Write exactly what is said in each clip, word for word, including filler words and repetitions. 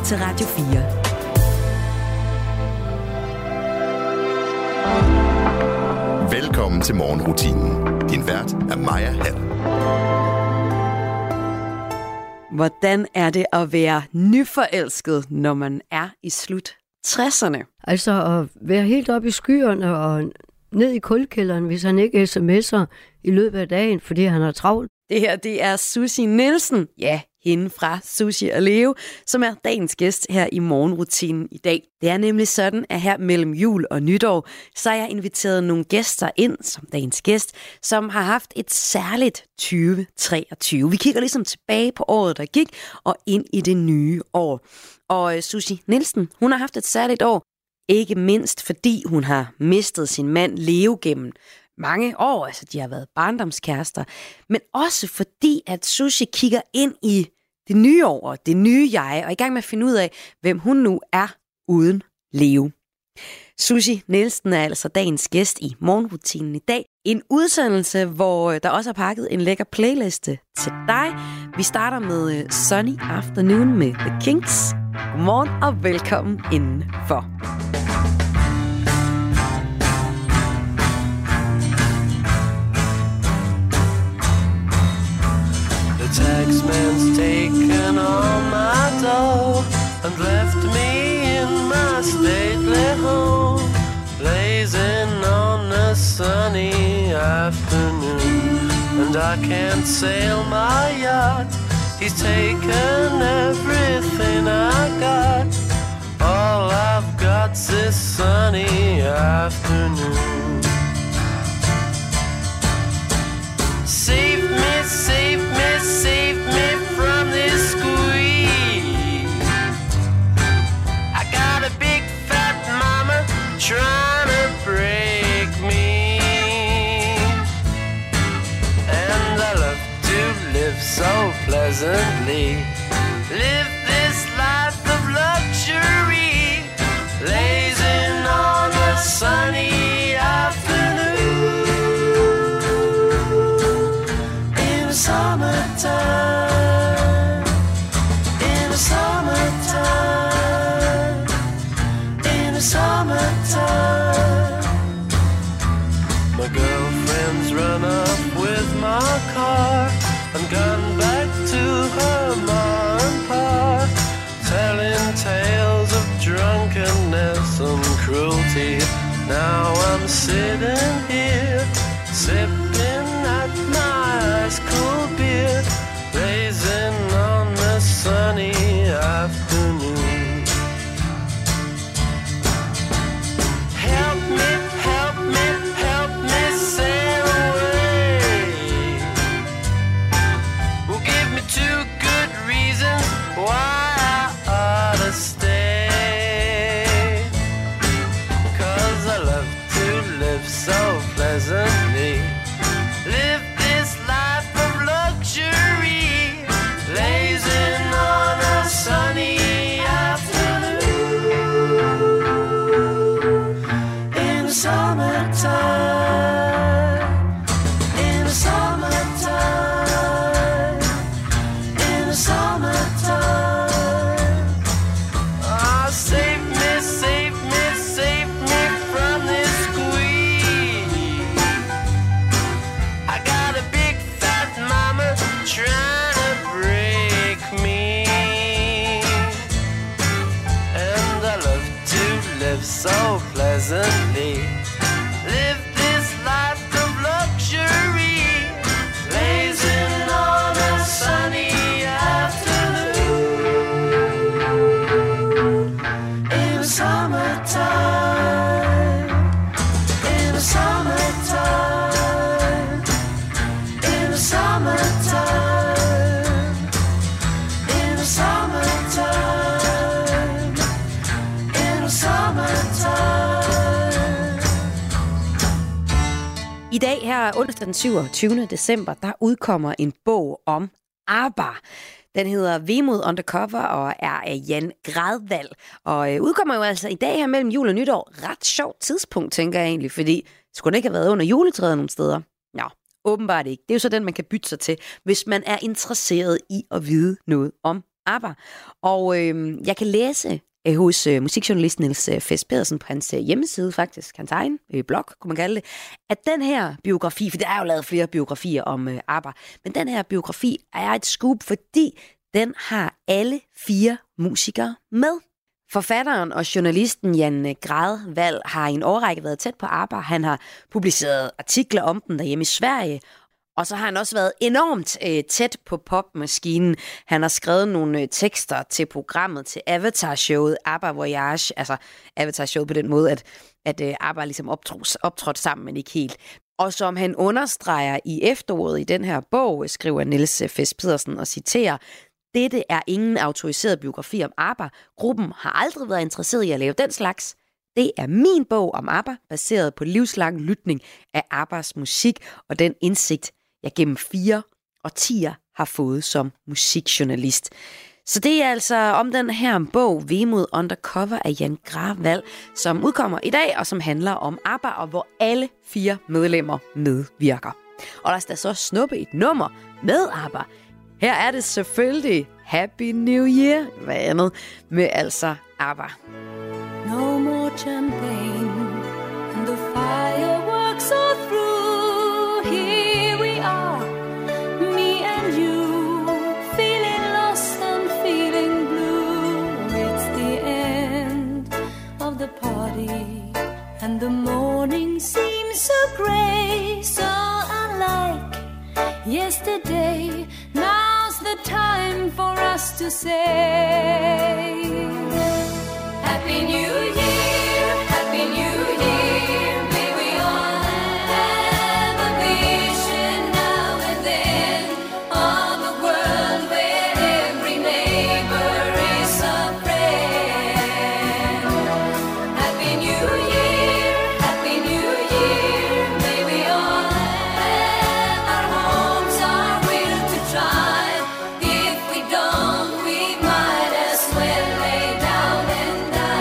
lytter til Radio fire. Velkommen til morgenrutinen. Din vært er Maja Hall. Hvordan er det at være nyforelsket, når man er i slut tresserne? Altså at være helt oppe i skyerne og ned i kulkælderen, hvis han ikke sms'er i løbet af dagen, fordi han har travlt. Det her, det er Susie Nielsen. Ja, hende fra Susie og Leo, som er dagens gæst her i morgenrutinen i dag. Det er nemlig sådan, at her mellem jul og nytår, så har jeg inviteret nogle gæster ind som dagens gæst, som har haft et særligt tyve treogtyve. Vi kigger ligesom tilbage på året, der gik, og ind i det nye år. Og Susie Nielsen, hun har haft et særligt år, ikke mindst fordi hun har mistet sin mand Leo gennem mange år, altså de har været barndomskærester, men også fordi, at Susie kigger ind i det nye år, og det nye jeg, og er i gang med at finde ud af, hvem hun nu er uden Leo. Susie Nielsen er altså dagens gæst i morgenrutinen i dag. En udsendelse, hvor der også er pakket en lækker playliste til dig. Vi starter med Sunny Afternoon med The Kinks. Godmorgen og velkommen indenfor. Taxman's taken all my dough and left me in my stately home, blazing on a sunny afternoon. And I can't sail my yacht, he's taken everything I got. All I've got's this sunny afternoon. Save me, save me, save me from this squeeze. I got a big fat mama trying to break me, and I love to live so pleasantly. Live this life of luxury, blazing on a sunny afternoon. Summertime, in the summertime, in the summertime. My girlfriend's run up with my car and gone back to her ma and pa, telling tales of drunkenness and cruelty. Now I'm sitting here, sipping at my ice cold beer, blazing on the sunny afternoon. Help me, help me, help me sail away. Well, give me two good reasons why I ought to stay. 'Cause I love to live so pleasantly. Live this life of luxury, blazing on a sunny afternoon. In the summertime, in the summertime, in the summertime. Ah, save me, save me, save me from this squeeze. I got a big fat mama trying to break me, and I love to live so pleasantly. Live this life of luxury, blazing on a sunny afternoon. In the summertime, in the summertime, in the summertime, in the summertime, in the summertime. I dag her onsdag den syvogtyvende december, der udkommer en bog om ABBA. Den hedder Vemod Undercover og er af Jan Gradvald. Og øh, udkommer jo altså i dag her mellem jul og nytår. Ret sjovt tidspunkt, tænker jeg egentlig, fordi skulle den ikke have været under juletræet nogle steder? Nå, åbenbart ikke. Det er jo så den, man kan bytte sig til, hvis man er interesseret i at vide noget om ABBA. Og øh, jeg kan læse øh, hos øh, musikjournalist Niels øh, Fest Pedersen på hans øh, hjemmeside, faktisk, hans egen øh, blog, kunne man kalde det, at den her biografi, for der er jo lavet flere biografier om øh, ABBA, men den her biografi er et scoop, fordi den har alle fire musikere med. Forfatteren og journalisten Jan Gradvald har i en årrække været tæt på ABBA. Han har publiceret artikler om den derhjemme i Sverige, og så har han også været enormt øh, tæt på popmaskinen. Han har skrevet nogle øh, tekster til programmet, til Avatar-showet ABBA Voyage, altså Avatar-showet på den måde, at, at øh, ABBA ligesom optrådte optråd sammen, men ikke helt. Og som han understreger i efteråret i den her bog, skriver Niels Fest Pedersen og citerer: "Dette er ingen autoriseret biografi om ABBA. Gruppen har aldrig været interesseret i at lave den slags. Det er min bog om ABBA, baseret på livslang lytning af ABBAs musik og den indsigt, jeg gennem fire årtier har fået som musikjournalist." Så det er altså om den her bog, Vemod Undercover af Jan Gradvald, som udkommer i dag, og som handler om ABBA, og hvor alle fire medlemmer medvirker. Og lad os da så snuppe et nummer med ABBA. Her er det selvfølgelig Happy New Year, hvad andet, med altså ABBA. No more champagne, and the fireworks are through. Here we are, me and you, feeling lost and feeling blue. It's the end of the party, and the morning seems so grey, so unlike yesterday. Now's the time for us to say Happy New Year, Happy New Year. May we all have a vision now and then of a world where every neighbor is a friend. Happy New Year, Happy New Year. May we all have our homes, our will to try. If we don't, we might as well lay down and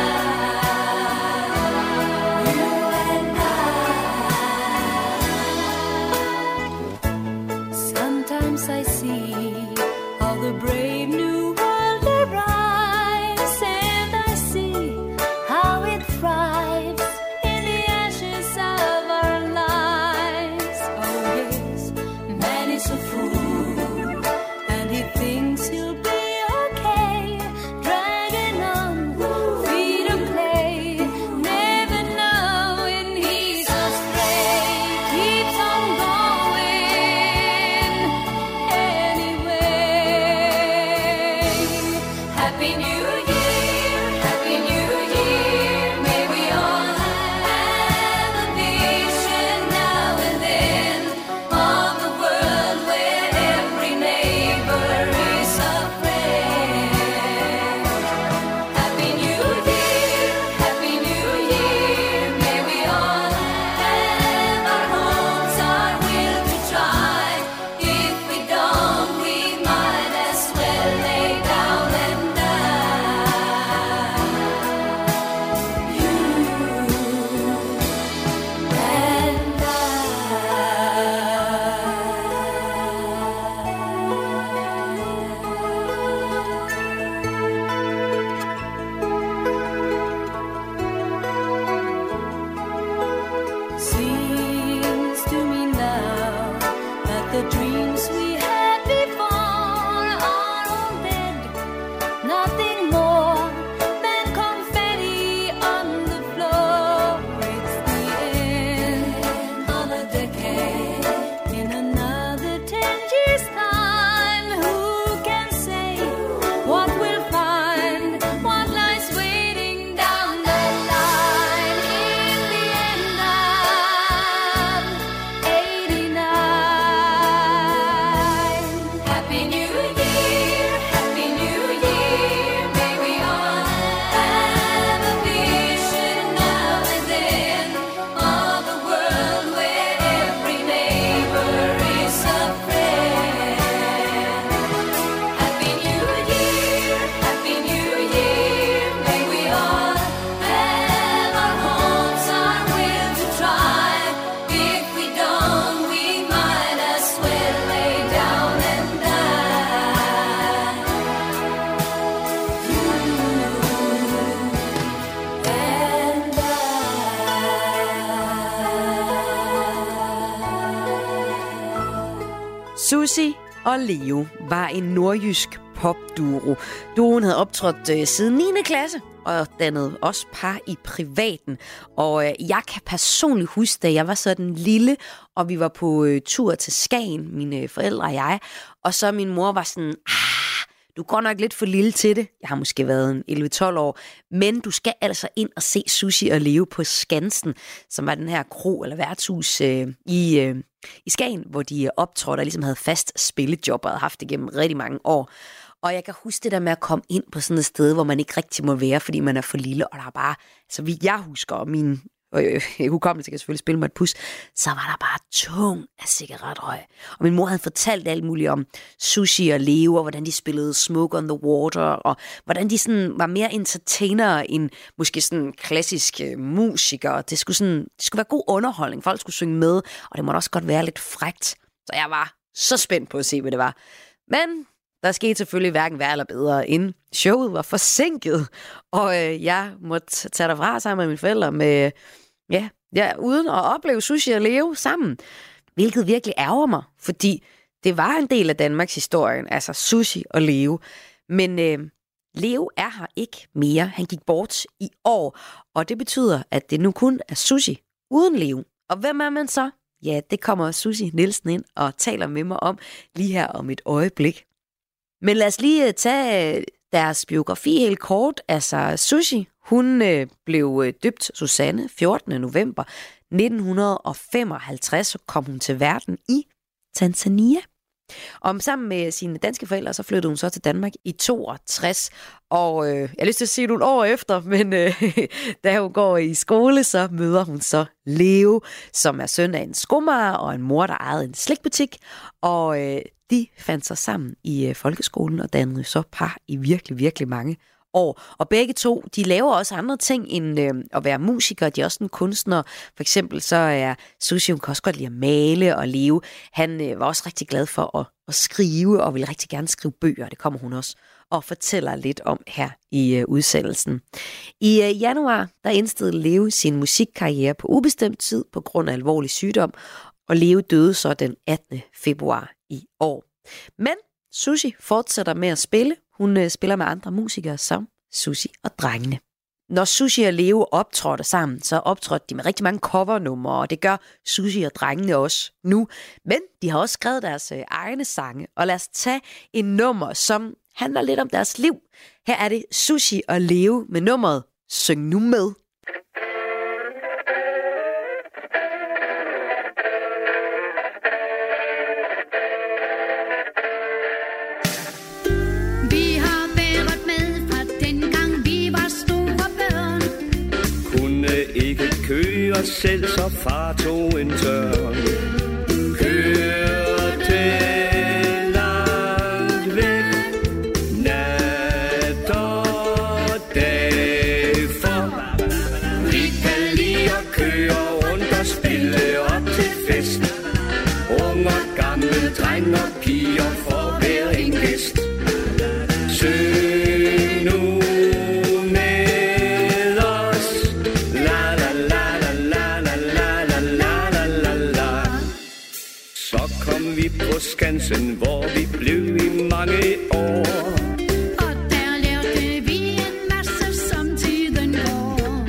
sometimes I see how the brave new world arrives, and I see how it thrives in the ashes of our lives. Oh yes, man is a fool, and he thinks he'll be okay, dragging on feet of clay, never knowing he's astray, keeps on going anyway. Happy New Year, Happy New Year. May we all have a vision now and then of a world where every neighbor is a friend. Happy New Year, Happy New Year. May we all have our homes, our will to try. If we don't, we might as well lay down and die. Susie og Leo var en nordjysk popduo. Duoen havde optrådt øh, siden niende klasse og dannede også par i privaten. Og øh, jeg kan personligt huske, da jeg var sådan lille, og vi var på øh, tur til Skagen, mine forældre og jeg, og så min mor var sådan, ah, du går nok lidt for lille til det. Jeg har måske været en elleve tolv år, men du skal altså ind og se Susie og Leo på Skansen, som var den her kro eller værtshus øh, i, øh, i Skagen, hvor de optrådte og ligesom havde fast spillejob og havde haft det gennem rigtig mange år. Og jeg kan huske det der med at komme ind på sådan et sted, hvor man ikke rigtig må være, fordi man er for lille, og der er bare, så vidt jeg husker, og min øh, hukommelse kan selvfølgelig spille mig et pus, så var der bare tung af cigaretrøg. Og min mor havde fortalt alt muligt om Susie og Leo, og hvordan de spillede Smoke on the Water, og hvordan de sådan var mere entertainere end måske sådan klassiske musikere. Det skulle, sådan, det skulle være god underholdning, folk skulle synge med, og det måtte også godt være lidt frækt. Så jeg var så spændt på at se, hvad det var. Men der skete selvfølgelig hverken værre eller bedre, inden showet var forsinket, og øh, jeg måtte tage derfra sammen med mine forældre, med, ja, ja, uden at opleve Susie og Leo sammen. Hvilket virkelig ærger mig, fordi det var en del af Danmarks historie, altså Susie og Leo. Men øh, Leo er her ikke mere. Han gik bort i år, og det betyder, at det nu kun er Susie uden Leo. Og hvem er man så? Ja, det kommer Susie Nielsen ind og taler med mig om lige her om et øjeblik. Men lad os lige tage deres biografi helt kort. Altså, Susie, hun øh, blev øh, døbt Susanne fjortende november nitten femoghalvtreds, så kom hun til verden i Tanzania. Og sammen med sine danske forældre, så flyttede hun så til Danmark i toogtres. Og øh, jeg har lyst til at sige nogle år efter, men øh, da hun går i skole, så møder hun så Leo, som er søn af en skomager og en mor, der ejede en slikbutik. Og øh, de fandt sig sammen i øh, folkeskolen og dannede så par i virkelig, virkelig mange år. Og begge to, de laver også andre ting end øh, at være musikere. De er også en kunstner. For eksempel så er Susie, hun kan også godt lide at male, og Leo, han øh, var også rigtig glad for at, at skrive, og ville rigtig gerne skrive bøger. Det kommer hun også og fortæller lidt om her i øh, udsendelsen. I øh, januar, der indstillede Leo sin musikkarriere på ubestemt tid på grund af alvorlig sygdom, og Leo døde så den attende februar i år. Men Susie fortsætter med at spille. Hun øh, spiller med andre musikere som Susie og Drengene. Når Susie og Leo optrådte sammen, så optrådte de med rigtig mange covernumre, og det gør Susie og Drengene også nu. Men de har også skrevet deres øh, egne sange, og lad os tage en nummer, som handler lidt om deres liv. Her er det Susie og Leo med nummeret Syng nu med. Køre selv, så far tog en tørn. Kørte langt væk, nat og dag, for vi kan lide at køre rundt og spille op til fest. Ung og gammel, dreng og piger for hver en gæst. Syng nu. På Skansen, hvor vi blev i mange år. Og der lærte vi en masse, som tiden går.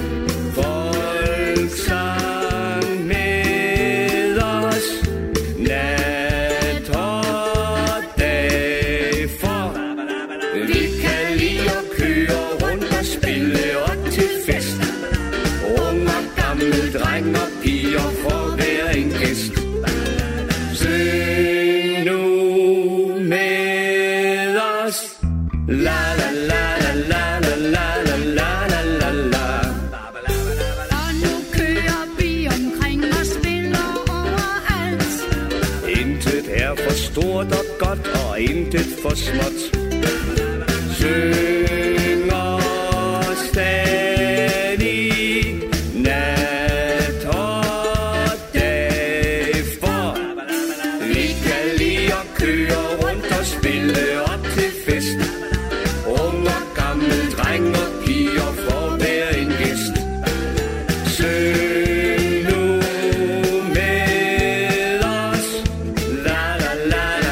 Folk sang med os nat og dag, for vi kan lide at køre rundt og spille op til fest. Ung og gammel, dreng og piger for hver en gæst. Syng nu med os. La la la la la la la la la la la. Og nu kører vi omkring og spiller overalt. Intet er for stort og godt, og intet for småt. Synger stadig nat og dag, for vi kan lide at køre rundt og spille op til fest. Ung og gammel, dreng og piger for hver en gæst. Syng nu med os. La la la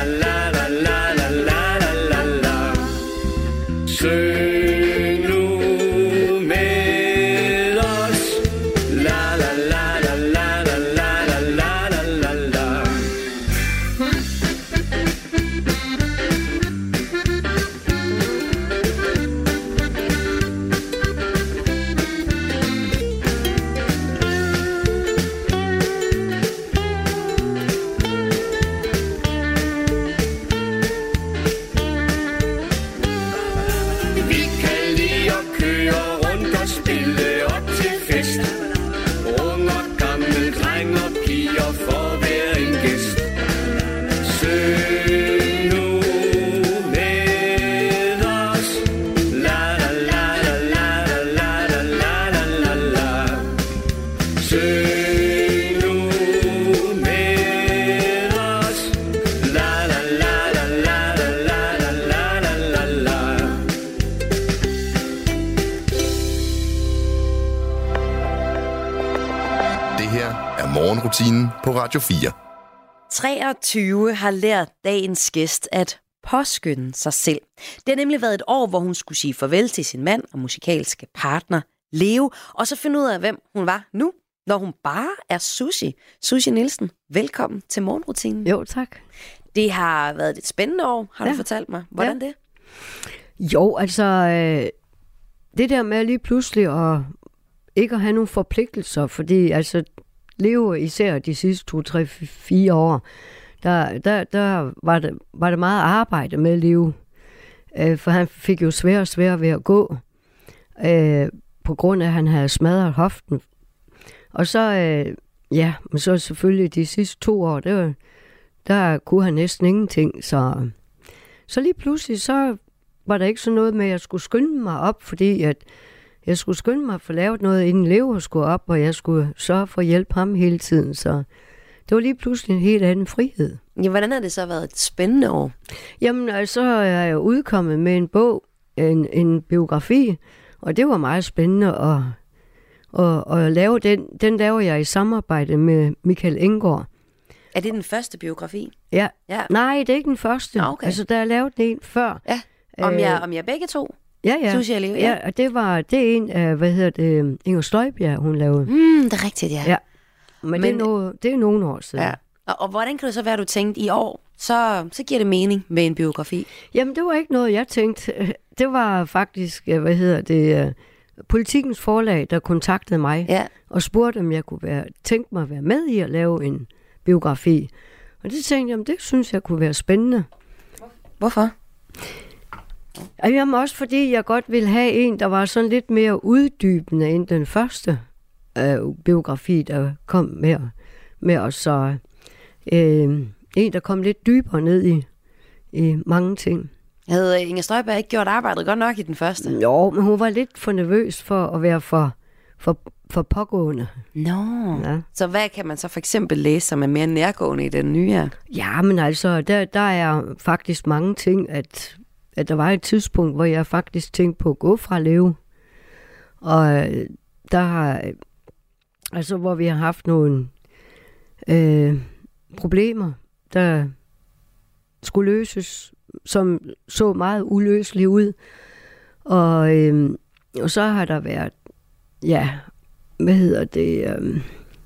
Morgenrutinen på Radio fire. treogtyve har lært dagens gæst at påskynde sig selv. Det har nemlig været et år, hvor hun skulle sige farvel til sin mand og musikalske partner, Leo, og så finde ud af, hvem hun var nu, når hun bare er Susie. Susie Nielsen, velkommen til Morgenrutinen. Jo, tak. Det har været et spændende år, har ja. du fortalt mig. Hvordan ja. det? Jo, altså, øh, det der med lige pludselig at ikke at have nogle forpligtelser, fordi altså, Leo især de sidste to, tre, fire år, der, der, der var, det, var det meget arbejde med Leo, øh, for han fik jo sværere og sværere ved at gå, øh, på grund af, at han havde smadret hoften. Og så, øh, ja, men så selvfølgelig de sidste to år, det var, der kunne han næsten ingenting, så, så lige pludselig, så var der ikke sådan noget med, at jeg skulle skynde mig op, fordi at jeg skulle skynde mig at få lavet noget, inden Leo skulle op, og jeg skulle sørge for at hjælpe ham hele tiden, så det var lige pludselig en helt anden frihed. Ja, hvordan har det så været et spændende år? Jamen, altså, så er jeg udkommet med en bog, en, en biografi, og det var meget spændende at, at, at lave den. Den laver jeg i samarbejde med Michael Enggaard. Er det den første biografi? Ja. ja. Nej, det er ikke den første. Nå, okay. Altså, der er lavet en før. Ja, om, jeg, om jeg begge to? Ja, ja. Susie og Leo, ja. Ja, og det var det er en af, hvad hedder det, Inger Støjbjerg, hun lavede. Mm, det er rigtigt, ja. Ja. Men, Men det, er no, det er nogle år siden. Ja. Og, og hvordan kan det så være, du tænkte i år, så, så giver det mening med en biografi? Jamen, det var ikke noget, jeg tænkte. Det var faktisk, hvad hedder det, Politikens Forlag, der kontaktede mig, ja. og spurgte, om jeg kunne være, tænke mig at være med i at lave en biografi. Og det tænkte jeg, det synes jeg kunne være spændende. Hvorfor? Jamen også fordi jeg godt ville have en, der var sådan lidt mere uddybende end den første øh, biografi, der kom med, med os. Så øh, en, der kom lidt dybere ned i, i mange ting. Havde Inger Støjberg ikke gjort arbejdet godt nok i den første? Jo, men hun var lidt for nervøs for at være for, for, for pågående. Nå, ja. Så hvad kan man så for eksempel læse, som er mere nærgående i den nye her? Ja, men altså, der, der er faktisk mange ting, at... at der var et tidspunkt, hvor jeg faktisk tænkte på at gå fra Leo. Og der har, altså hvor vi har haft nogle øh, problemer, der skulle løses, som så meget uløselige ud. Og, øh, og så har der været, ja, hvad hedder det, øh,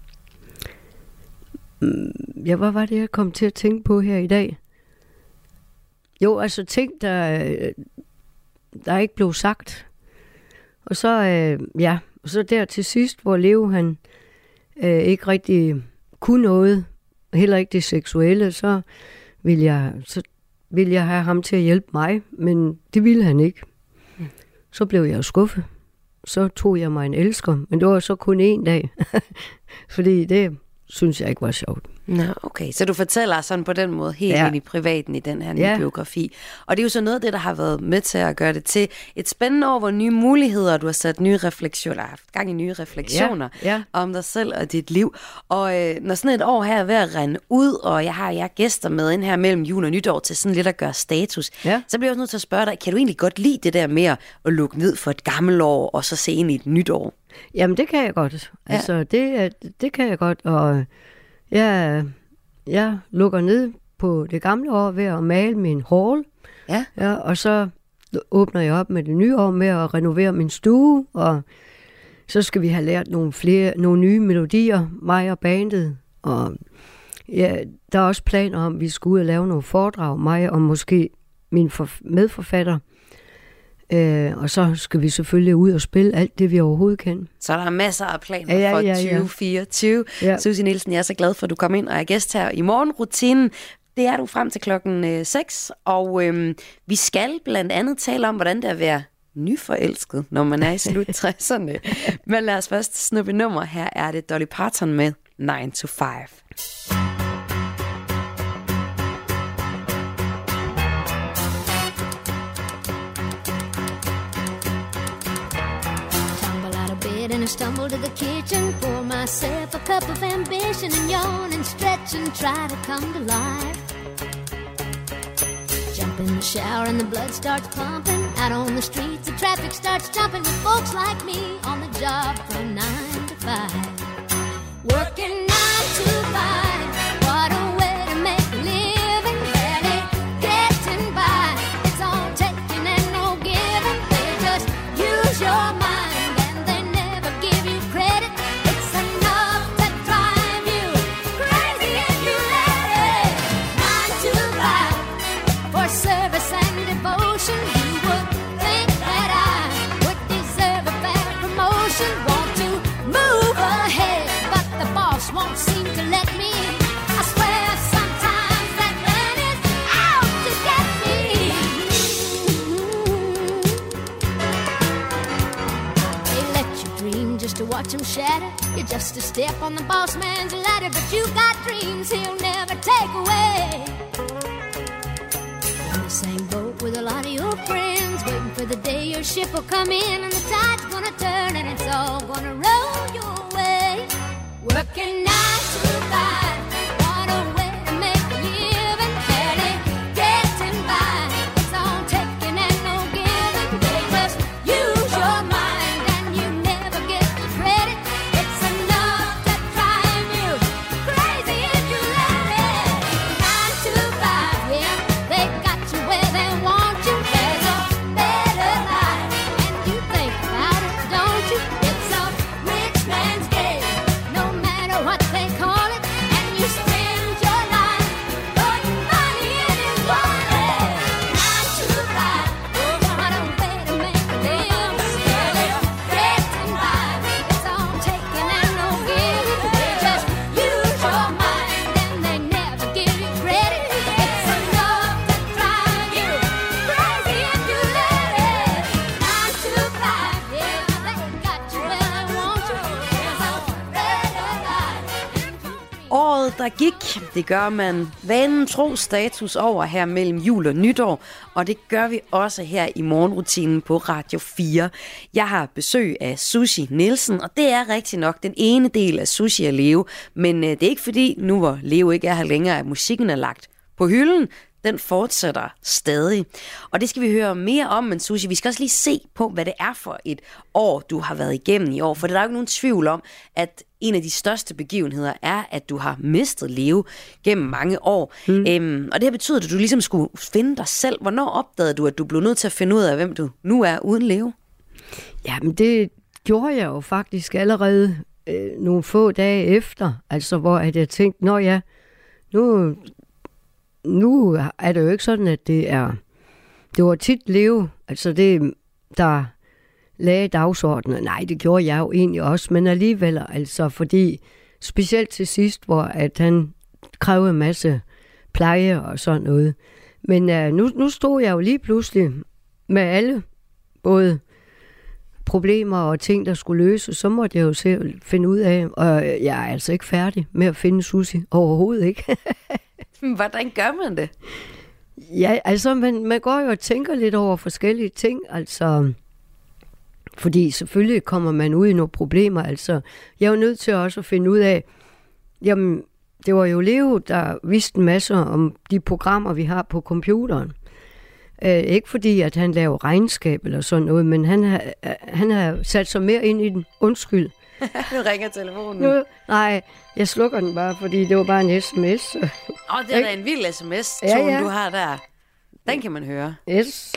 ja, hvad var det, jeg kom til at tænke på her i dag? Jo, altså ting, der, der ikke blev sagt. Og så, øh, ja, og så der til sidst, hvor Leo, han øh, ikke rigtig kunne noget, heller ikke det seksuelle, så ville jeg, så ville jeg have ham til at hjælpe mig, men det ville han ikke. Så blev jeg skuffet. Så tog jeg mig en elsker, men det var så kun en dag, fordi det synes jeg ikke var sjovt. Nå, okay. Så du fortæller sådan på den måde helt ja. ind i privaten i den her nye ja. biografi. Og det er jo så noget af det, der har været med til at gøre det til et spændende år, hvor nye muligheder, du har sat nye refleksioner, haft gang i nye refleksioner ja. Ja. om dig selv og dit liv. Og øh, når sådan et år her er ved at rende ud, og jeg har jeg gæster med ind her mellem jul og nytår til sådan lidt at gøre status, ja. så bliver jeg også nødt til at spørge dig, kan du egentlig godt lide det der med at lukke ned for et gammelt år, og så se ind i et nyt år? Jamen, det kan jeg godt. Ja. Altså, det, det kan jeg godt, og jeg, jeg lukker ned på det gamle år ved at male min hall, ja. Ja, og så åbner jeg op med det nye år med at renovere min stue, og så skal vi have lært nogle, flere, nogle nye melodier, mig og bandet, og ja, der er også planer om, at vi skal ud og lave nogle foredrag, mig og måske min medforfatter. Øh, og så skal vi selvfølgelig ud og spille alt det, vi overhovedet kan. Så der er masser af planer ja, ja, for ja, ja. tyve fireogtyve. Ja. Susie Nielsen, jeg er så glad for, at du kom ind og er gæst her i Morgenrutinen. Det er du frem til klokken øh, seks, og øh, vi skal blandt andet tale om, hvordan det er at være nyforelsket, når man er i slut tresserne. Men lad os først snuppe nummer. Her er det Dolly Parton med nine to five. And I stumble to the kitchen, pour myself a cup of ambition, and yawn and stretch and try to come to life. Jump in the shower and the blood starts pumping. Out on the streets the traffic starts jumping, with folks like me on the job from nine to five. Working nine to watch him shatter. You're just a step on the boss man's ladder, but you got dreams he'll never take away. In the same boat with a lot of your friends, waiting for the day your ship will come in and the tide's gonna turn and it's all gonna roll your way. Working nine to five, what a way to make a living, barely getting by. It's all taking and no giving. They just use your mind and you never get the credit. It's enough to drive you crazy if you let it. Nine to five, yeah, they got you where they want you. There's a better life, and you think about it, don't you? It's a rich man's game, no matter what they call it, and you spend your life putting money in his wallet. Nine to five, what a way to make a living, barely getting by. It's all taking and no giving. They just use your mind and they never give you credit. It's enough to drive you crazy if you let it. Nine to five, yeah, they got you where they want you. There's a better life. Året, der gik, det gør man vanen tro status over her mellem jul og nytår, og det gør vi også her i morgenrutinen på Radio fire. Jeg har besøg af Susie Nielsen, og det er rigtig nok den ene del af Susie og Leo, men øh, det er ikke fordi, nu hvor Leo ikke er her længere, at musikken er lagt på hylden. Den fortsætter stadig. Og det skal vi høre mere om, men Susie, vi skal også lige se på, hvad det er for et år, du har været igennem i år. For der er jo ikke nogen tvivl om, at en af de største begivenheder er, at du har mistet Leo gennem mange år. Mm. Øhm, og det har betydet, at du ligesom skulle finde dig selv. Hvornår opdagede du, at du blev nødt til at finde ud af, hvem du nu er uden Leo? Jamen, det gjorde jeg jo faktisk allerede øh, nogle få dage efter. Altså, hvor at jeg tænkte, nå ja, nu... Nu er det jo ikke sådan, at det er... Det var tit Leo, altså det, der lagde dagsordenen. Nej, det gjorde jeg jo egentlig også, men alligevel, altså, fordi specielt til sidst, hvor at han krævede en masse pleje og sådan noget. Men uh, nu, nu stod jeg jo lige pludselig med alle, både problemer og ting, der skulle løses, så måtte jeg jo se, finde ud af, og jeg er altså ikke færdig med at finde Susie overhovedet, ikke? Hvordan gør man det? Ja, altså, man, man går jo og tænker lidt over forskellige ting, altså, fordi selvfølgelig kommer man ud i nogle problemer, altså, jeg er jo nødt til også at finde ud af, jamen, det var jo Leo, der vidste en masse om de programmer, vi har på computeren. Øh, ikke fordi, at han laver regnskab eller sådan noget, men han har, han har sat sig mere ind i den. Undskyld. Nu ringer telefonen. Nu, nej, jeg slukker den bare, fordi det var bare en sms. Åh, oh, det er da en vild sms-tone, ja, ja. Du har der. Den kan man høre. Yes.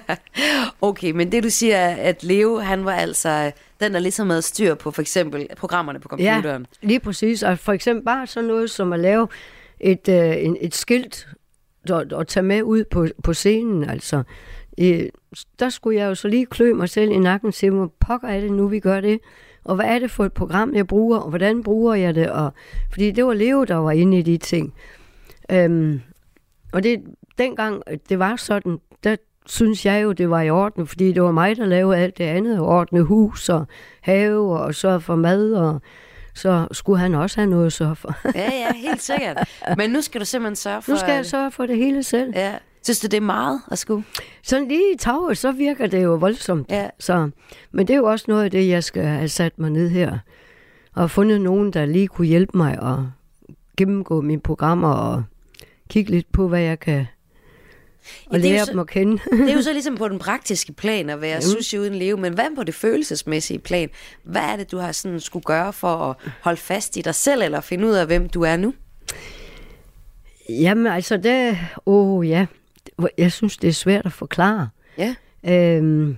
Okay, men det du siger, at Leo, han var altså den, der ligesom havde styr på for eksempel programmerne på computeren. Ja, lige præcis. Og for eksempel bare sådan noget som at lave et, øh, et, et skilt og, og tage med ud på, på scenen, altså. Øh, der skulle jeg jo så lige klø mig selv i nakken og sige, hvor pokker er det nu, vi gør det? Og hvad er det for et program, jeg bruger, og hvordan bruger jeg det? Og, fordi det var Leo, der var inde i de ting. Øhm, og det, dengang det var sådan, der synes jeg jo, det var i orden, fordi det var mig, der lavede alt det andet, ordne hus og have og sørge for mad, og så skulle han også have noget at sørge for. Ja, ja, helt sikkert. Men nu skal du simpelthen sørge for... Nu skal jeg sørge for det hele selv. Ja. Synes du, det er meget at skulle? Sådan lige i taget, så virker det jo voldsomt. Ja. Så, men det er jo også noget af det, jeg skal have sat mig ned her. Og fundet nogen, der lige kunne hjælpe mig at gennemgå mine programmer og kigge lidt på, hvad jeg kan... Og ja, lære så, dem at kende. Det er jo så ligesom på den praktiske plan at være Susie uden Leo, men hvad på det følelsesmæssige plan? Hvad er det, du har sådan skulle gøre for at holde fast i dig selv, eller finde ud af, hvem du er nu? Jamen altså, det... Åh oh, ja, jeg synes, det er svært at forklare. Ja. Øhm,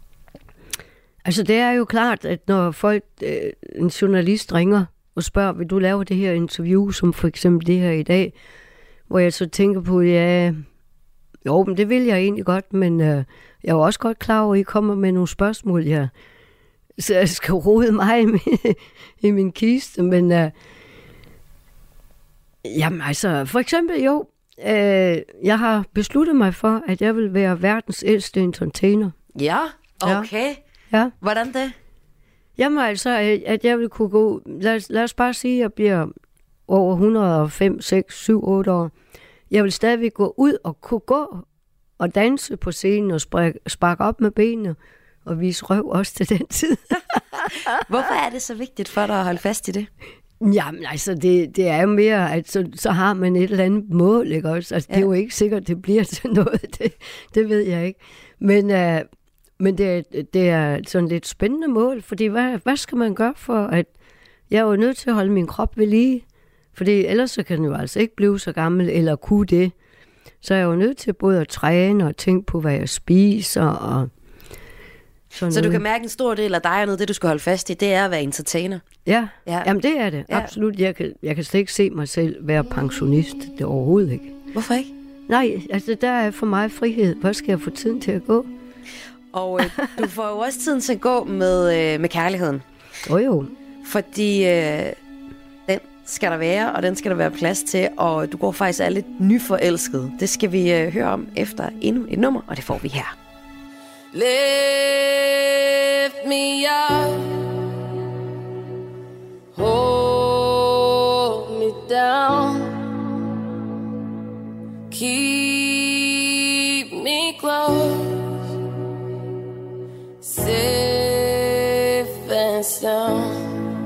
altså, det er jo klart, at når folk, øh, en journalist ringer og spørger, vil du lave det her interview, som for eksempel det her i dag, hvor jeg så tænker på, ja... Jo, men det vil jeg egentlig godt, men øh, jeg er jo også godt klar over, at I kommer med nogle spørgsmål, ja. Så jeg skal rode mig i min, i min kiste, men øh, jamen altså, for eksempel jo, øh, jeg har besluttet mig for, at jeg vil være verdens ældste entertainer. Ja, okay. Ja. Hvordan det? Jamen altså, at jeg vil kunne gå... Lad os, lad os bare sige, at jeg bliver over et hundrede og fem, seks, syv, otte år. Jeg vil stadigvæk gå ud og kunne gå og danse på scenen og sparke op med benene og vise røv også til den tid. Hvorfor er det så vigtigt for dig at holde fast i det? Jamen altså, det, det er jo mere, at så, så har man et eller andet mål, ikke også? Altså, ja. Det er jo ikke sikkert, det bliver til noget, det, det ved jeg ikke. Men, uh, men det, det er sådan lidt spændende mål, fordi hvad, hvad skal man gøre for, at jeg er jo nødt til at holde min krop ved lige? Fordi ellers så kan den jo altså ikke blive så gammel, eller kunne det. Så jeg er jo nødt til både at træne og tænke på, hvad jeg spiser og sådan Så noget. du kan mærke en stor del af dig og noget, det du skal holde fast i, det er at være entertainer? Ja, Ja. Jamen det er det, Ja. absolut. Jeg kan, jeg kan slet ikke se mig selv være pensionist, det er overhovedet ikke. Hvorfor ikke? Nej, altså der er for mig frihed. Hvor skal jeg få tiden til at gå? Og øh, du får jo også tiden til at gå med, øh, med kærligheden. Jo jo. Fordi øh, den skal der være, og den skal der være plads til, og du går faktisk er lidt nyforelsket. Det skal vi øh, høre om efter endnu et nummer, og det får vi her. Lift me up, hold me down, keep me close, safe and sound.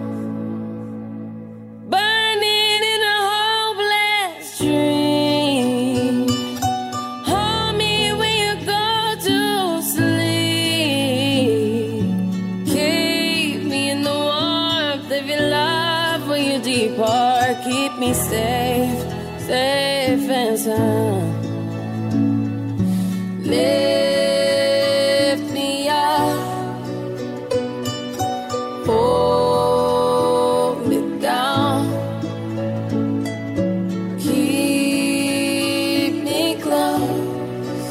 Burning in a hopeless dream. Hold me when you go to sleep. Keep me in the warmth of your love when you depart. Keep me safe, safe and sound. Lift me up, hold me down, keep me close,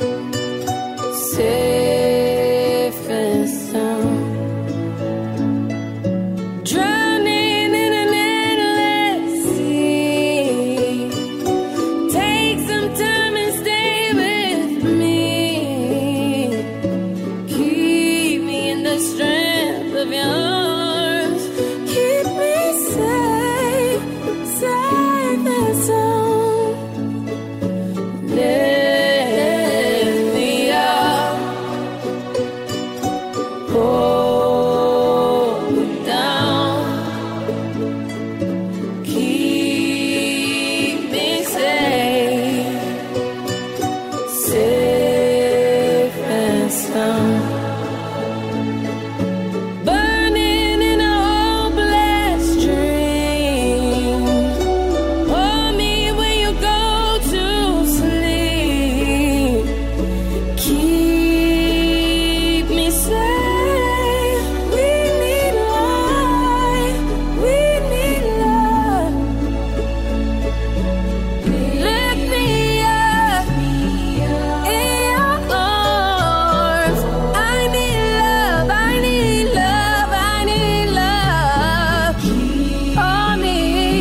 safe and sound. Drowning in an endless sea. Take some time and stay with me. Keep me in the strength of your arms. Keep me safe, safe and sound. Lift me up, hold me down, keep me safe, safe and sound. Burning in a hopeless dream. Hold me when you go to sleep. Keep me safe. We need light. We need love. Lift me up in your arms. I need love. I need love. I need love. Hold me.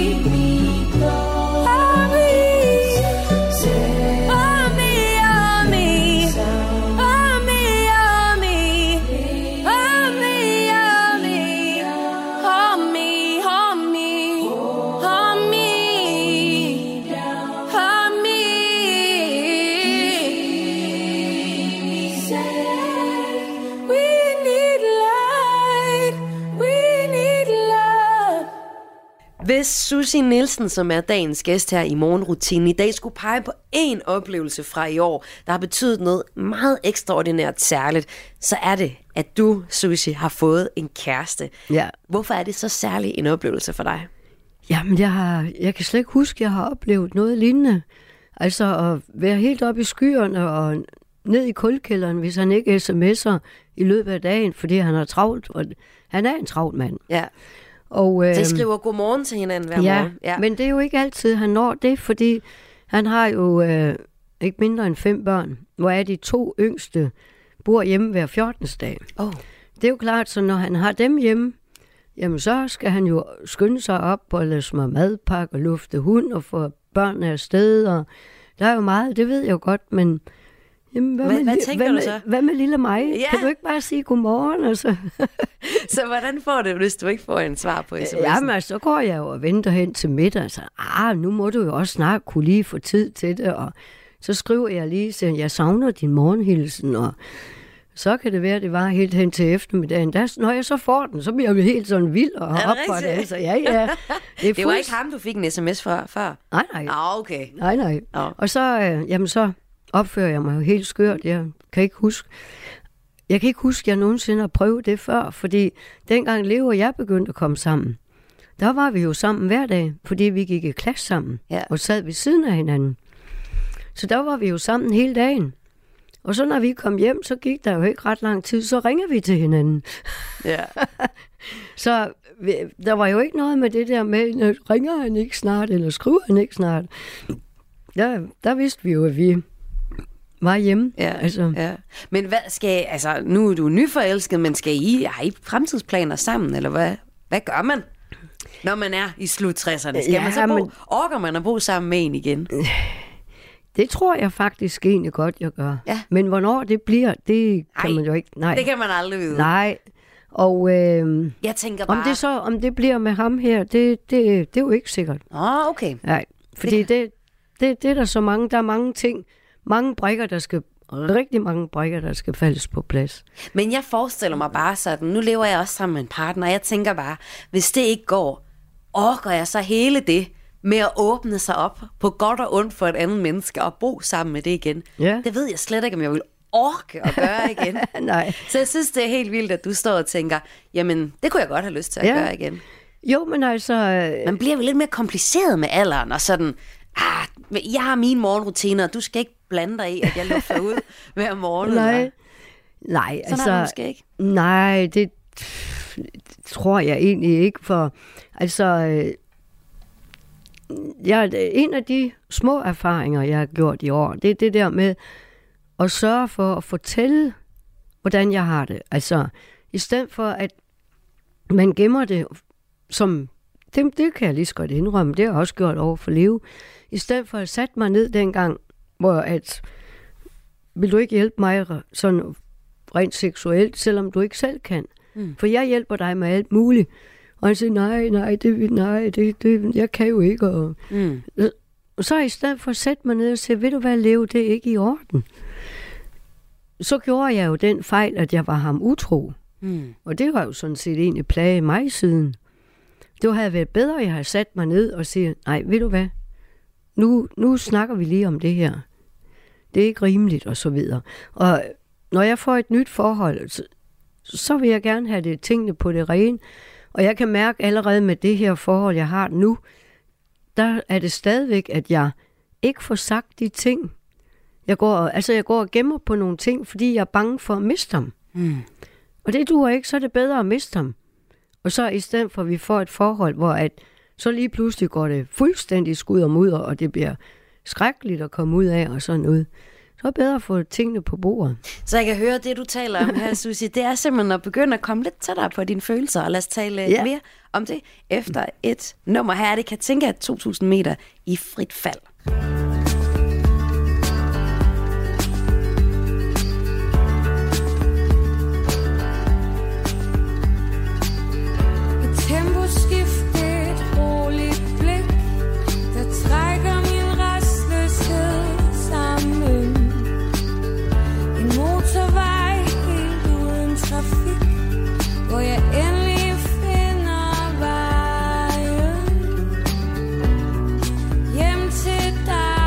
Hold me. Hold me. Hold me. Hold me. Hold me. Hold me. Hold me. Hold me. Hold me. Hold me. Hold me. We need light. We need love. Hvis Susie Nielsen, som er dagens gæst her i morgenrutinen, i dag skulle pege på én oplevelse fra i år, der har betydet noget meget ekstraordinært særligt, så er det, at du, Susie, har fået en kæreste. Ja. Hvorfor er det så særlig en oplevelse for dig? Jamen, jeg, har, jeg kan slet ikke huske, at jeg har oplevet noget lignende. Altså at være helt oppe i skyerne og ned i kulkælderen, hvis han ikke sms'er i løbet af dagen, fordi han er travlt. Og han er en travlt mand. Ja. Og, Så I øhm, skriver godmorgen til hinanden hver ja, morgen. ja, men det er jo ikke altid, han når det, fordi han har jo øh, ikke mindre end fem børn, hvor er de to yngste bor hjemme hver fjortende dag. Oh. Det er jo klart, så når han har dem hjemme, jamen så skal han jo skynde sig op og lade små madpakke og lufte hund og få børnene afsted. Og der er jo meget, det ved jeg jo godt, men Jamen, hvad, Hvad- med, hvad li- tænker hvad du med, så? Hvad med lille mig? Ja. Kan du ikke bare sige godmorgen? Altså? Så hvordan får du, hvis du ikke får en svar på sms'en? Jamen, altså, så går jeg jo og venter hen til middag, og så, ah, nu må du jo også snart kunne lige få tid til det, og så skriver jeg lige, så jeg savner din morgenhilsen, og så kan det være, at det var helt hen til eftermiddagen. Der, når jeg så får den, så bliver jeg jo helt sådan vild og det op for det. rigtigt? Altså, ja, ja. Det, er Det var fulds- ikke ham, du fik en sms fra før? Nej, nej. Ah, okay. Nej, nej. Nå. Og så, øh, jamen, så opfører jeg mig jo helt skørt. Jeg kan ikke huske, jeg kan ikke huske, at jeg nogensinde har prøvet det før, fordi dengang Leo og jeg begyndte at komme sammen, der var vi jo sammen hver dag, fordi vi gik i klasse sammen Ja. og sad ved siden af hinanden. Så der var vi jo sammen hele dagen. Og så når vi kom hjem, så gik der jo ikke ret lang tid, så ringer vi til hinanden. Ja. Så vi, der var jo ikke noget med det der med, at ringer han ikke snart, eller skriver han ikke snart. Der, der vidste vi jo, at vi var hjemme. Ja, altså, ja. Men hvad skal, altså, nu er du nyforelsket, men skal I, har I fremtidsplaner sammen, eller hvad, hvad gør man, når man er i slut tresserne? Skal Ja, man så bo, men- orker man at bo sammen med en igen? det tror jeg faktisk egentlig godt, jeg gør. Ja. Men hvornår det bliver, det kan Ej, man jo ikke. Nej, Det kan man aldrig vide. nej. Og øh, Jeg tænker bare... om det så om det bliver med ham her, det, det, det er jo ikke sikkert. Åh, oh, okay. Nej, fordi det, det, det, det er der så mange, der er mange ting, mange brikker, der skal, rigtig mange brikker, der skal faldes på plads. Men jeg forestiller mig bare sådan, nu lever jeg også sammen med en partner, og jeg tænker bare, hvis det ikke går, orker jeg så hele det med at åbne sig op på godt og ondt for et andet menneske og bo sammen med det igen? Ja. Det ved jeg slet ikke, om jeg vil orke at gøre igen. Nej. Så jeg synes, det er helt vildt, at du står og tænker, jamen, det kunne jeg godt have lyst til at Ja. gøre igen. Jo, men altså... øh, Man bliver vel lidt mere kompliceret med alderen, og sådan, ah, jeg har mine morgenrutiner, og du skal ikke blande dig i, at jeg lufter ud hver morgen. Nej, eller- nej, Sådan altså... er det måske ikke. Nej, det tror jeg egentlig ikke, for altså... øh, Jeg, en af de små erfaringer, jeg har gjort i år, det er det der med at sørge for at fortælle, hvordan jeg har det. Altså, i stedet for, at man gemmer det, som... Det, det kan jeg lige så godt indrømme, det har jeg også gjort over for Leo. I stedet for at sætte mig ned dengang, hvor at... Vil du ikke hjælpe mig sådan rent seksuelt, selvom du ikke selv kan? Mm. For jeg hjælper dig med alt muligt. Og han siger, nej, nej, det, nej det, det, jeg kan jo ikke. Og, Mm. og så i stedet for at sætte mig ned og sige, ved du hvad, Leo, det er ikke i orden. Så gjorde jeg jo den fejl, at jeg var ham utro. Mm. Og det var jo sådan set egentlig plage mig siden. Det havde været bedre, at jeg havde sat mig ned og siger, nej, ved du hvad, nu, nu snakker vi lige om det her. Det er ikke rimeligt, og så videre. Og når jeg får et nyt forhold, så, så vil jeg gerne have det tingene på det rene. Og jeg kan mærke allerede med det her forhold, jeg har nu, der er det stadigvæk, at jeg ikke får sagt de ting. Jeg går, altså jeg går og gemmer på nogle ting, fordi jeg er bange for at miste dem. Mm. Og det duer ikke, så er det bedre at miste dem. Og så i stedet for, at vi får et forhold, hvor at, så lige pludselig går det fuldstændig skud og mudder, og det bliver skrækkeligt at komme ud af og sådan noget. Så er det bedre at få tingene på bordet. Så jeg kan høre, det du taler om her, Susie, det er simpelthen at begynde at komme lidt tættere på dine følelser, og lad os tale Ja. mere om det efter et nummer. Her er det Katinka, to tusind meter i frit fald. Et temposkift, et roligt blik, der trækker min restløshed sammen. En motorvej helt uden trafik, hvor jeg endelig finder vejen hjem til dig.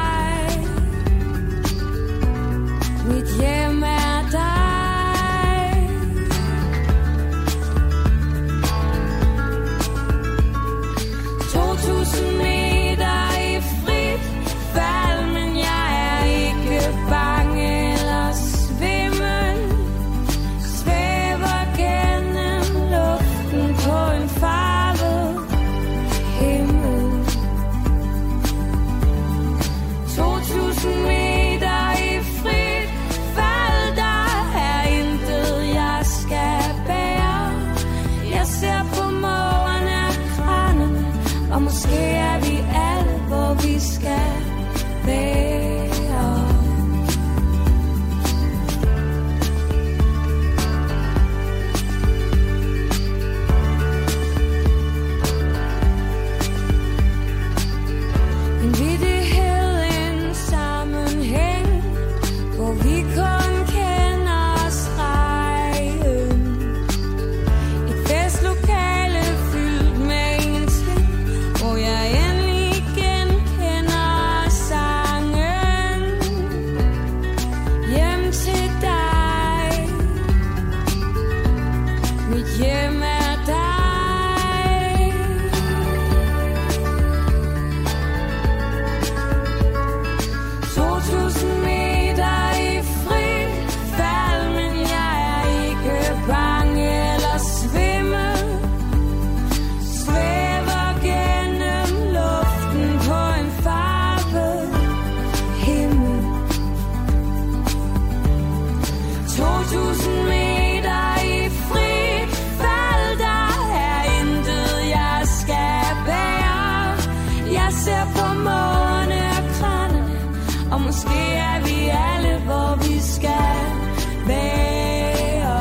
tusind meter i frit fald. Der er intet, jeg skal bære. Jeg ser på månekranene, og måske er vi alle, hvor vi skal være.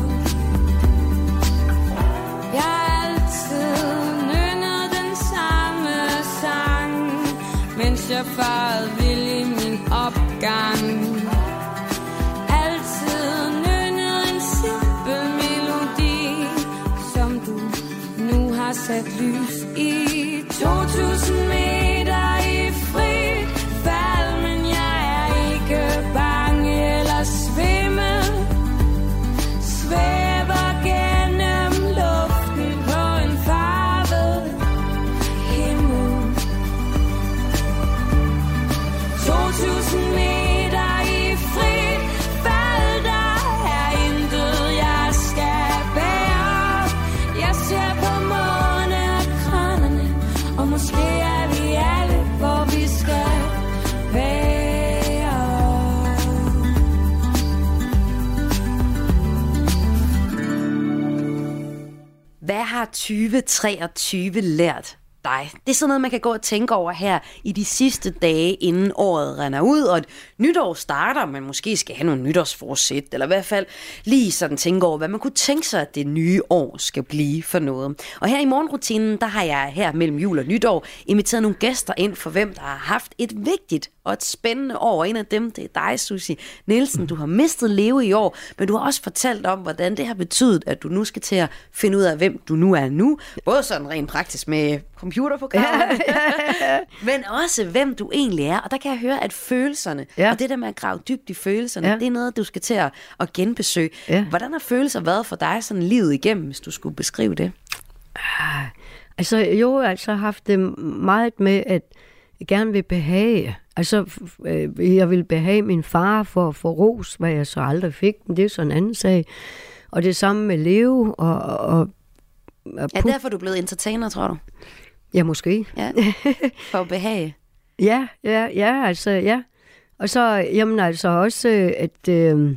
Jeg har altid nynnet den samme sang, mens jeg farede vild i min opgang. Altid nynnet en simpel melodi, som du nu har sat lys i. To tusind meter i frit fald, men jeg er ikke bange eller svimmel. Svæver gennem luften på en farvet himmel. To tusind meter i frit fald, der er intet, jeg skal bære. Jeg ser på månekranerne, og måske er vi alle, hvor vi skal være. Hvad har tyve treogtyve lært dig? Det er sådan noget, man kan gå og tænke over her i de sidste dage, inden året render ud, og et nytår starter, man måske skal have nogle nytårsforsæt, eller i hvert fald lige sådan tænke over, hvad man kunne tænke sig, at det nye år skal blive for noget. Og her i morgenrutinen, der har jeg her mellem jul og nytår inviteret nogle gæster ind, for hvem der har haft et vigtigt og et spændende år. En af dem, det er dig, Susie Nielsen. Du har mistet Leo i år, men du har også fortalt om, hvordan det har betydet, at du nu skal til at finde ud af, hvem du nu er nu. Både sådan rent praktisk med computerprogrammer, ja, ja, ja. men også hvem du egentlig er. Og der kan jeg høre, at følelserne, ja. og det der med at grave dybt i følelserne, ja. det er noget, du skal til at, at genbesøge. Ja. Hvordan har følelser været for dig sådan livet igennem, hvis du skulle beskrive det? Ah, altså, jo, jeg har altså haft det meget med, at jeg gerne vil behage. Altså, øh, jeg vil behage min far for at få ros, hvad jeg så aldrig fik, men det er sådan en anden sag. Og det samme med Leo og... og, og er derfor du blevet entertainer, tror du? Ja, måske. Ja, for at behage. ja, ja, ja, altså, ja. Og så, jamen altså også, at øh,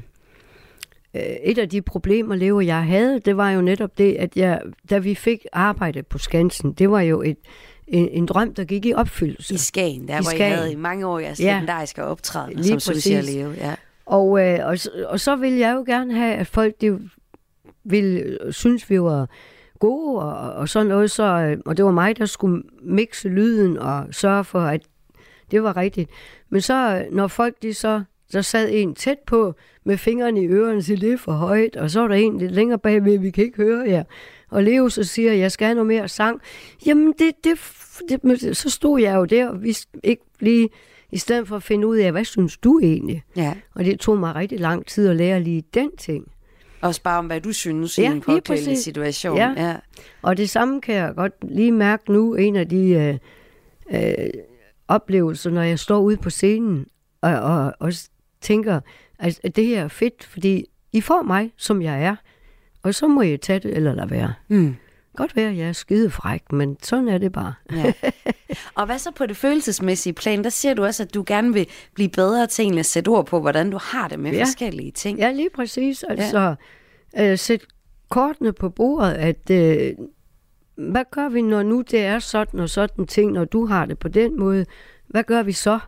et af de problemer, Leo og jeg havde, det var jo netop det, at jeg, da vi fik arbejde på Skansen, det var jo et, en, en drøm, der gik i opfyldelse. I Skagen, der I hvor Skagen. I havde i mange år jeres ja. legendariske optræden, som Susie og Leo. Ja. Og, øh, og, og så ville jeg jo gerne have, at folk de ville synes, vi var gode og, og sådan noget. Så, og det var mig, der skulle mixe lyden og sørge for, at det var rigtigt. Men så, når folk de så, der sad en tæt på med fingrene i ørerne, så det er for højt, og så var der en lidt længere bagved, vi kan ikke høre jer. Og Leo så siger, jeg skal have noget mere sang. Jamen, det, det, det, så stod jeg jo der, og vidste ikke lige, i stedet for at finde ud af, hvad synes du egentlig? Ja. Og det tog mig rigtig lang tid at lære lige den ting. Også bare om, hvad du synes i ja, en pågældende situation. Ja. ja, og det samme kan jeg godt lige mærke nu, en af de øh, øh, oplevelser, når jeg står ude på scenen, og, og, og tænker, at det her er fedt, fordi I får mig, som jeg er, og så må jeg tage det, eller lade være. Mm. Godt være, jeg er skidefræk, men sådan er det bare. Ja. Og hvad så på det følelsesmæssige plan? Der siger du også, at du gerne vil blive bedre til egentlig at sætte ord på, hvordan du har det med ja. forskellige ting. Ja, lige præcis. Altså, ja. øh, sæt kortene på bordet, at øh, hvad gør vi, når nu det er sådan og sådan ting, når du har det på den måde? Hvad gør vi så,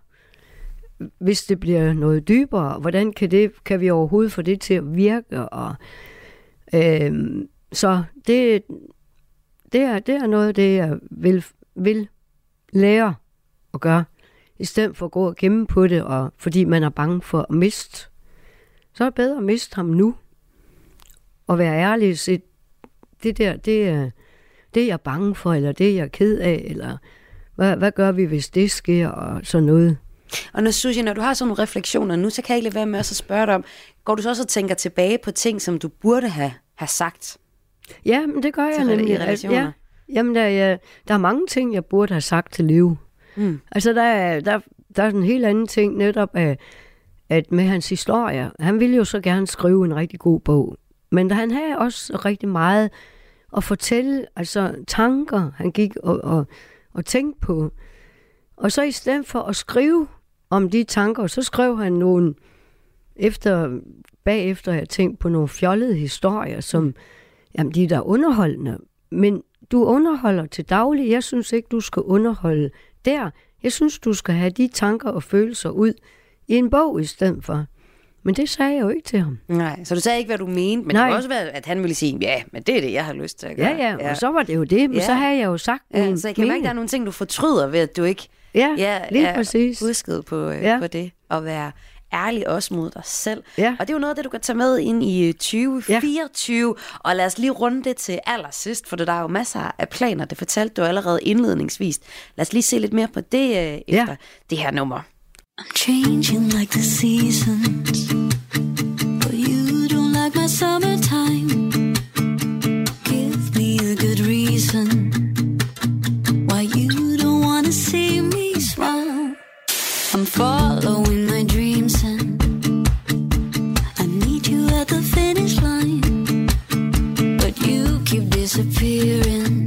hvis det bliver noget dybere? Hvordan kan, det, kan vi overhovedet få det til at virke? Og, øh, så det... Det er, det er noget af det, jeg vil, vil lære at gøre, i stedet for at gå og gemme på det, og fordi man er bange for at miste. Så er det bedre at miste ham nu, og være ærlig og sige, det der, det er, det er jeg bange for, eller det er jeg ked af, eller hvad, hvad gør vi, hvis det sker, og sådan noget. Og når, Susie, når du har sådan nogle refleksioner nu, så kan jeg ikke lade være med at spørge dig om, går du så også og tænker tilbage på ting, som du burde have, have sagt? Ja, men det gør jeg nemlig. Ja. Jamen, der, ja, der er mange ting, jeg burde have sagt til Leo. Mm. Altså, der er, der, der er en helt anden ting netop, at, at med hans historier, han ville jo så gerne skrive en rigtig god bog. Men han havde også rigtig meget at fortælle, altså tanker, han gik og, og, og tænkte på. Og så i stedet for at skrive om de tanker, så skrev han nogle efter, bagefter har jeg tænkt på nogle fjollede historier, som, jamen de er da underholdende, men du underholder til daglig. Jeg synes ikke, du skal underholde der. Jeg synes, du skal have de tanker og følelser ud i en bog i stedet for. Men det sagde jeg jo ikke til ham. Nej, så du sagde ikke, hvad du mente, men Nej. Det kunne også være, at han ville sige, ja, men det er det, jeg har lyst til at gøre. Ja, ja, ja. Og så var det jo det, men ja. Så havde jeg jo sagt ja, min så jeg kan mærke, at der er nogle ting, du fortryder ved, at du ikke ja, ja, lige er præcis. husket på, ja. på det, og være ærlig også mod dig selv. Ja. Og det er jo noget af det, du kan tage med ind i tyve fireogtyve, ja. Og lad os lige runde det til allersidst, for der er jo masser af planer, det fortalte du allerede indledningsvis. Lad os lige se lidt mere på det øh, efter ja. det her nummer. I'm changing like the seasons, but you don't like my summertime. Give me a good reason why you don't want to see me smile. I'm following my dreams and I need you at the finish line, but you keep disappearing.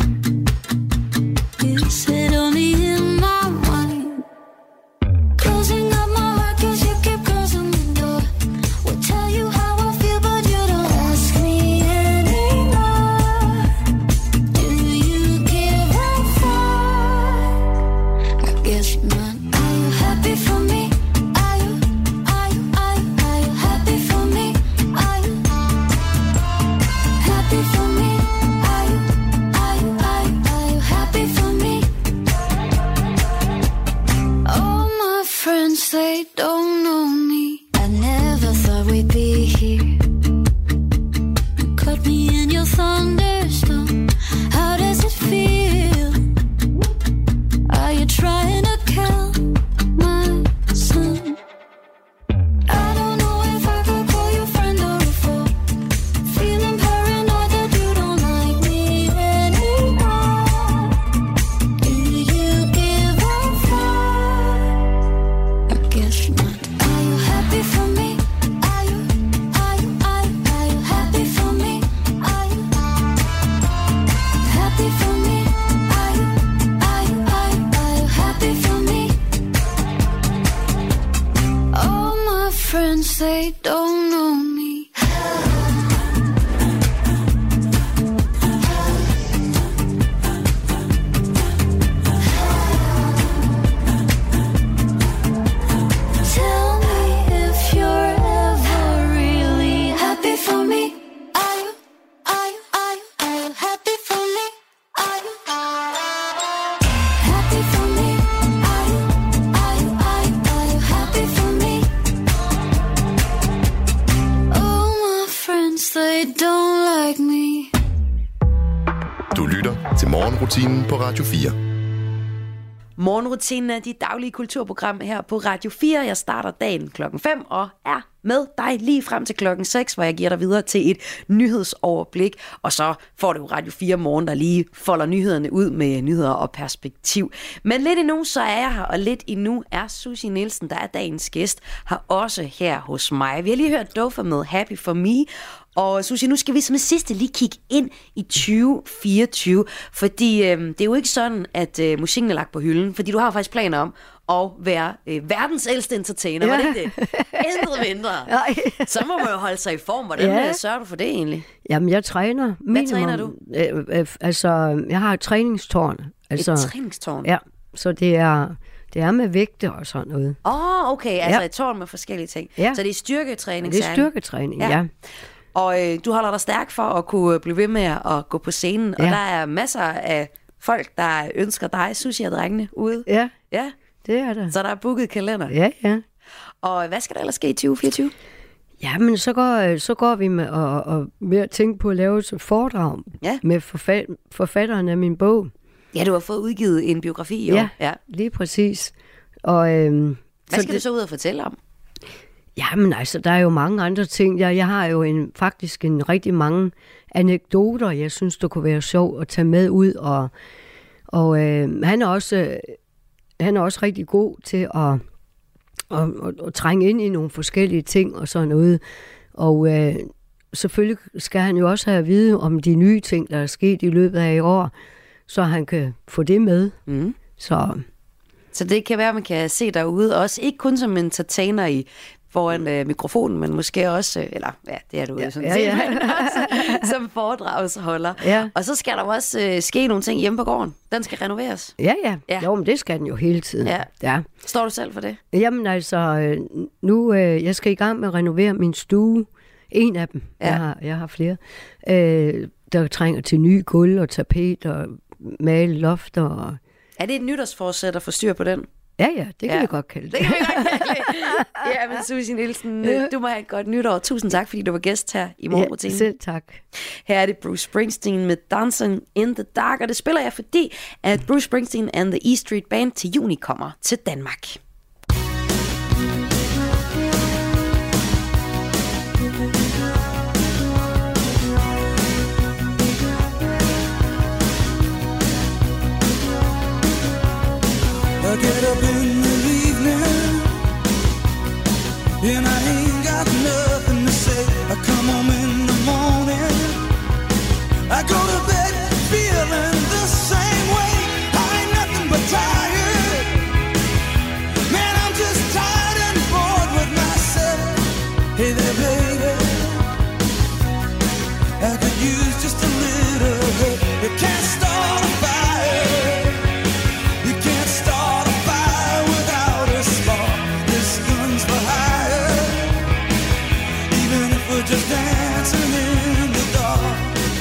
Is it only in my mind? Closing up my heart 'cause you keep closing the door. Will tell you how I feel but you don't ask me anymore. Do you give a fuck? I guess not. Are you happy for me? Are you, are you, are you, are you happy for me? Are you happy for me? Are you, are you, are you, are you happy for me? All my friends, they don't know me. I never thought we'd be here. You caught me in your thunderstorm. How does it feel? Are you trying to kill my son? I don't know if I could call you friend or a foe. Feeling paranoid that you don't like me anymore. Do you give a fuck? I guess not. Are you happy for me? Are you, are you, are you, are you happy for me? Are you happy for me? Are you, are you, are you, are you happy for me? All my friends, they don't know me. Tell me if you're ever really happy for me. Are you, are you, are you, are you happy for me? Are you happy for me? Are you, are you, are you, are you happy for me? All my friends, they don't like me. Du lytter til morgenrutinen på Radio fire. Morgenrutinen er dit daglige kulturprogram her på Radio fire. Jeg starter dagen klokken fem og er med dig lige frem til klokken seks, hvor jeg giver dig videre til et nyhedsoverblik. Og så får du Radio fire Morgen, der lige folder nyhederne ud med nyheder og perspektiv. Men lidt endnu, så er jeg her, og lidt endnu er Susie Nielsen, der er dagens gæst, her også her hos mig. Vi har lige hørt Dofa med Happy for Me. Og Susie, nu skal vi som sidste lige kigge ind i tyve fireogtyve, fordi øh, det er jo ikke sådan, at øh, musikken er lagt på hylden, fordi du har faktisk planer om at være øh, verdens ældste entertainer, ja. Var det ikke det? Intet mindre. Så må man jo holde sig i form. Hvordan ja. sørger du for det egentlig? Jamen, jeg træner. Hvad minimum. træner du? Øh, øh, altså, jeg har et træningstårn. Altså, et træningstårn? Ja, så det er... Det er med vægte og sådan noget. Åh, oh, okay. Altså ja. et tårn med forskellige ting. Ja. Så det er styrketræning? Det er styrketræning, ja. ja. Og øh, du holder dig stærk for at kunne blive ved med at gå på scenen. Ja. Og der er masser af folk, der ønsker dig, Susie og drengene, ude. Ja, ja, det er der. Så der er booket kalender. Ja, ja. Og hvad skal der ellers ske i tyve fireogtyve? Jamen, så går, så går vi med og, og ved at tænke på at lave et foredrag ja. med forfat, forfatteren af min bog. Ja, du har fået udgivet en biografi i år. Ja, ja. Lige præcis. Og, øhm, hvad så skal det, du så ud og fortælle om? Jamen altså, der er jo mange andre ting. Jeg, jeg har jo en, faktisk en rigtig mange anekdoter, jeg synes, det kunne være sjovt at tage med ud. Og, og øh, han, er også, øh, han er også rigtig god til at, at, at, at trænge ind i nogle forskellige ting og sådan noget. Og øh, selvfølgelig skal han jo også have at vide om de nye ting, der er sket i løbet af i år, så han kan få det med. Mm. Så... Så det kan være, at man kan se derude også, ikke kun som entertainer i foran øh, mikrofonen, men måske også, øh, eller ja, det er du jo sådan ja, set, ja. men også som foredragsholder. Ja. Og så skal der jo også øh, ske nogle ting hjemme på gården. Den skal renoveres. Ja, ja. Ja. ja. Jo, men det skal den jo hele tiden. Ja. ja. Står du selv for det? Jamen altså, øh, nu øh, jeg skal i gang med at renovere min stue. En af dem. Ja. Jeg, har, jeg har flere. Øh, der trænger til ny gulv og tapet og male lofter. Og... Er det et nytårsforsæt at få styr på den? Ja, ja, det kan Ja. vi godt kalde det. Det kan vi godt kalde det. Ja, men Susie Nielsen, Ja. du må have et godt nytår. Tusind tak, fordi du var gæst her i Ja, Morgenrutinen. selv tak. Her er det Bruce Springsteen med Dancing in the Dark, og det spiller jeg, fordi at Bruce Springsteen and the E Street Band til juni kommer til Danmark. I get up in the evening and I ain't got nothing to say. I come home in the morning, I go to bed feeling the same way. I ain't nothing but tired. Man, I'm just tired and bored with myself. Hey there, baby, I could use just a little help. You can't start a fire. You can't start a fire without a spark. This gun's for hire. Even if we're just dancing in the dark.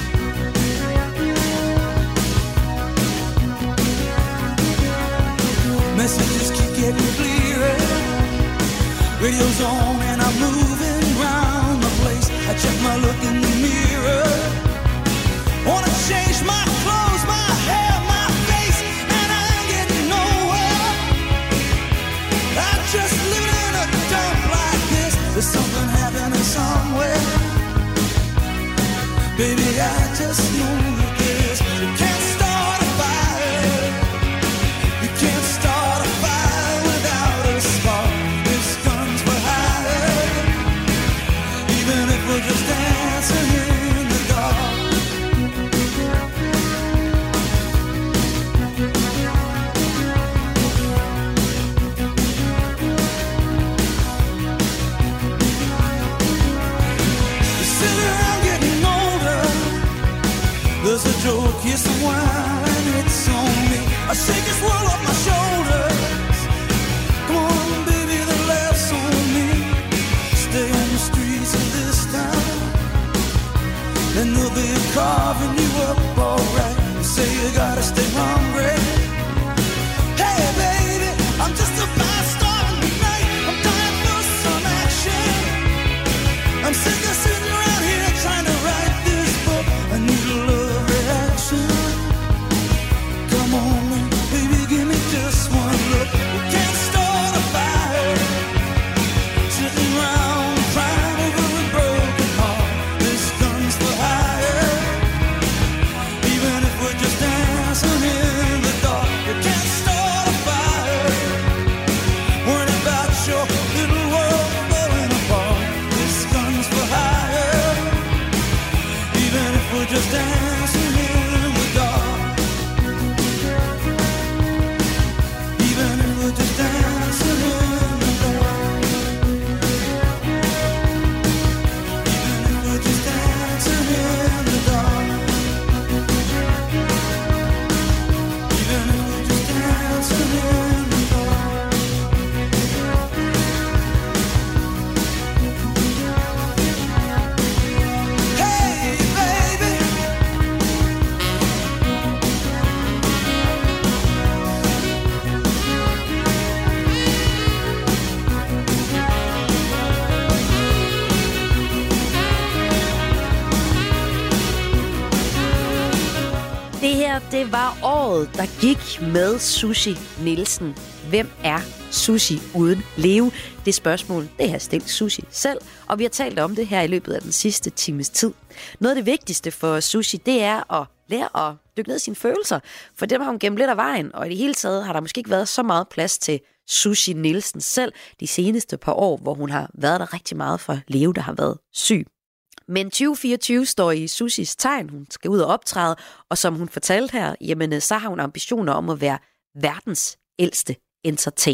Messages keep getting clearer. Radio's on and I'm moving round the place. I check my look in the mirror. Wanna change my clothes, my hair, my face, and I ain't getting nowhere. I'm just living in a dump like this. There's something happening somewhere. Baby, I just know that this. You can't start a fire. You can't start a fire without a spark. This gun's for hire. Even if we're just dancing in the dark. You sit around getting older. There's a joke, here's the wine, and it's on me. I shake this world off my shoulders. Come on, baby, the laughs on me. Stay on the streets of this town, and they'll be carving you up alright. You say you gotta stay hungry. Hey, baby, I'm just a fast star in the night. I'm dying for some action. I'm sick of sitting around here trying to write this book. I need a love reaction. Come on, baby, give me just one look. We can't start a fire. Sitting around crying over a broken heart. This gun's for hire. Even if we're just dancing in the dark. You can't start a fire. Worrying about your little world falling apart. This gun's for hire. Even if we're just dancing in the dark. Even if we're just dancing in the dark. Even if we're just dancing in the dark. Even if we're just dancing in the dark. Hey, baby. Det her, det var året, der gik med Susie Nielsen. Hvem er Susie uden Leo? Det spørgsmål, det har stillet Susie selv, og vi har talt om det her i løbet af den sidste times tid. Noget af det vigtigste for Susie, det er at lære at dykke ned i sine følelser, for dem har hun gemt lidt af vejen, og i det hele taget har der måske ikke været så meget plads til Susie Nielsen selv de seneste par år, hvor hun har været der rigtig meget for Leo, der har været syg. Men tyve fireogtyve står i Susies tegn. Hun skal ud og optræde, og som hun fortalte her, jamen, så har hun ambitioner om at være verdens ældste entertainer.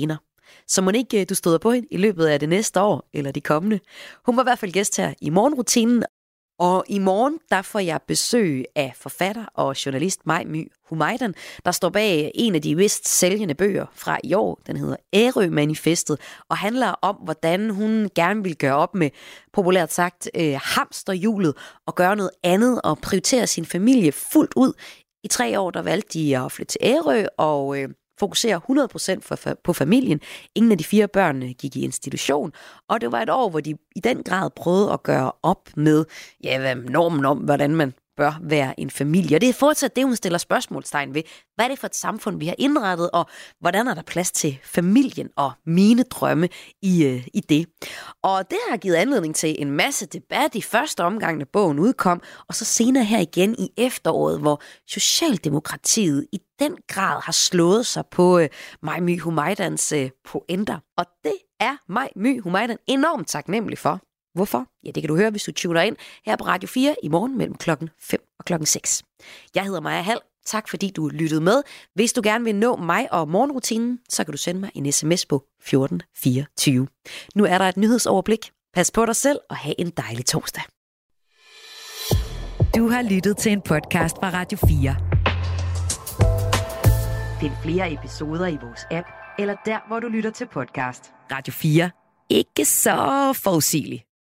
Så må ikke du støder på hende i løbet af det næste år eller de kommende. Hun var i hvert fald gæst her i morgenrutinen. Og i morgen, der får jeg besøg af forfatter og journalist Maj My Humaydan, der står bag en af de mest sælgende bøger fra i år. Den hedder Ærø-manifestet og handler om, hvordan hun gerne vil gøre op med, populært sagt, øh, hamsterhjulet og gøre noget andet og prioritere sin familie fuldt ud. I tre år, der valgte de at flytte til Ærø og øh, fokusere hundrede procent for, for, på familien. Ingen af de fire børn gik i institution, og det var et år, hvor de i den grad prøvede at gøre op med ja, normen om, hvordan man bør være en familie. Og det er fortsat det, hun stiller spørgsmålstegn ved. Hvad er det for et samfund, vi har indrettet, og hvordan er der plads til familien og mine drømme i, øh, i det? Og det har givet anledning til en masse debat i første omgang, da bogen udkom, og så senere her igen i efteråret, hvor Socialdemokratiet i den grad har slået sig på øh, Maj My Humaydans øh, pointer. Og det er Maj My Humaydan enormt taknemmelig for. Hvorfor? Ja, det kan du høre, hvis du tuner ind her på Radio fire i morgen mellem klokken fem og klokken seks. Jeg hedder Maja Hall. Tak fordi du lyttede med. Hvis du gerne vil nå mig og morgenrutinen, så kan du sende mig en sms på fjorten fireogtyve. Nu er der et nyhedsoverblik. Pas på dig selv og have en dejlig torsdag. Du har lyttet til en podcast fra Radio fire. Find flere episoder i vores app, eller der, hvor du lytter til podcast. Radio fire. Ikke så forudsigeligt.